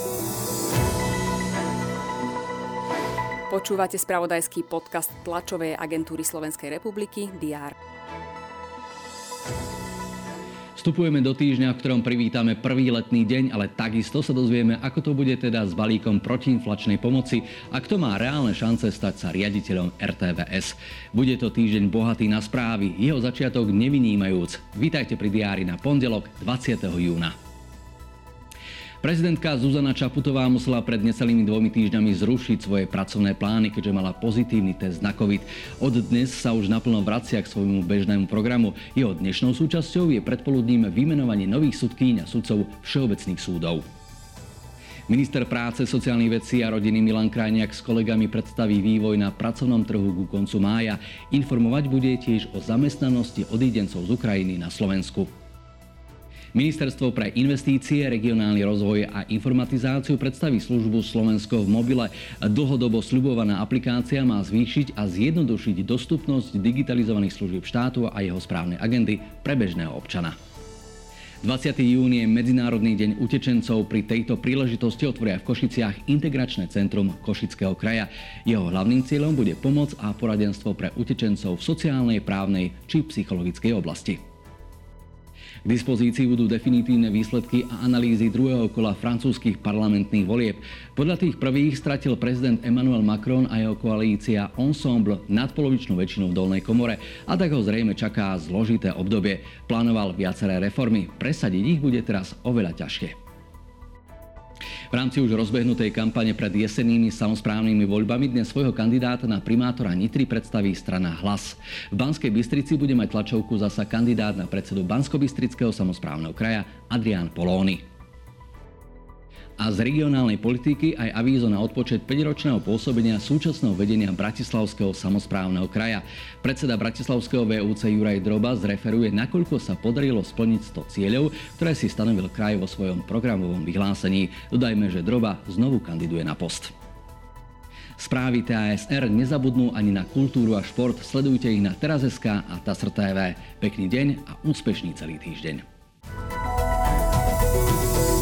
Počúvate spravodajský podcast tlačovej agentúry Slovenskej republiky DR. Vstupujeme do týždňa, v ktorom privítame prvý letný deň, ale takisto sa dozvieme, ako to bude teda s balíkom protiinflačnej pomoci a kto má reálne šance stať sa riaditeľom RTVS. Bude to týždeň bohatý na správy, jeho začiatok nevynímajúc. Vítajte pri diári na pondelok 20. júna. Prezidentka Zuzana Čaputová musela pred necelými 2 týždňami zrušiť svoje pracovné plány, keďže mala pozitívny test na COVID. Od dnes sa už naplno vracia k svojmu bežnému programu. Jeho dnešnou súčasťou je predpoludním vymenovanie nových sudkýň a sudcov všeobecných súdov. Minister práce, sociálnych vecí a rodiny Milan Krajniak s kolegami predstaví vývoj na pracovnom trhu ku koncu mája. Informovať bude tiež o zamestnanosti odídencov z Ukrajiny na Slovensku. Ministerstvo pre investície, regionálny rozvoj a informatizáciu predstaví službu Slovensko v mobile. Dlhodobo sľubovaná aplikácia má zvýšiť a zjednodušiť dostupnosť digitalizovaných služieb štátu a jeho správnej agendy pre bežného občana. 20. jún je Medzinárodný deň utečencov. Pri tejto príležitosti otvoria v Košiciach integračné centrum Košického kraja. Jeho hlavným cieľom bude pomoc a poradenstvo pre utečencov v sociálnej, právnej či psychologickej oblasti. K dispozícii budú definitívne výsledky a analýzy druhého kola francúzskych parlamentných volieb. Podľa tých prvých stratil prezident Emmanuel Macron a jeho koalícia Ensemble nadpolovičnú väčšinu v dolnej komore a tak ho zrejme čaká zložité obdobie. Plánoval viaceré reformy, presadiť ich bude teraz oveľa ťažšie. V rámci už rozbehnutej kampane pred jesennými samosprávnymi voľbami dnes svojho kandidáta na primátora Nitry predstaví strana Hlas. V Banskej Bystrici bude mať tlačovku zasa kandidát na predsedu Banskobystrického samosprávneho kraja Adrián Polóny. A z regionálnej politiky aj avízo na odpočet 5-ročného pôsobenia súčasného vedenia Bratislavského samosprávneho kraja. Predseda Bratislavského VUC Juraj Droba zreferuje, nakoľko sa podarilo splniť 100 cieľov, ktoré si stanovil kraj vo svojom programovom vyhlásení. Dodajme, že Droba znovu kandiduje na post. Správy TASR nezabudnú ani na kultúru a šport. Sledujte ich na Teraz.sk a TASR TV. Pekný deň a úspešný celý týždeň.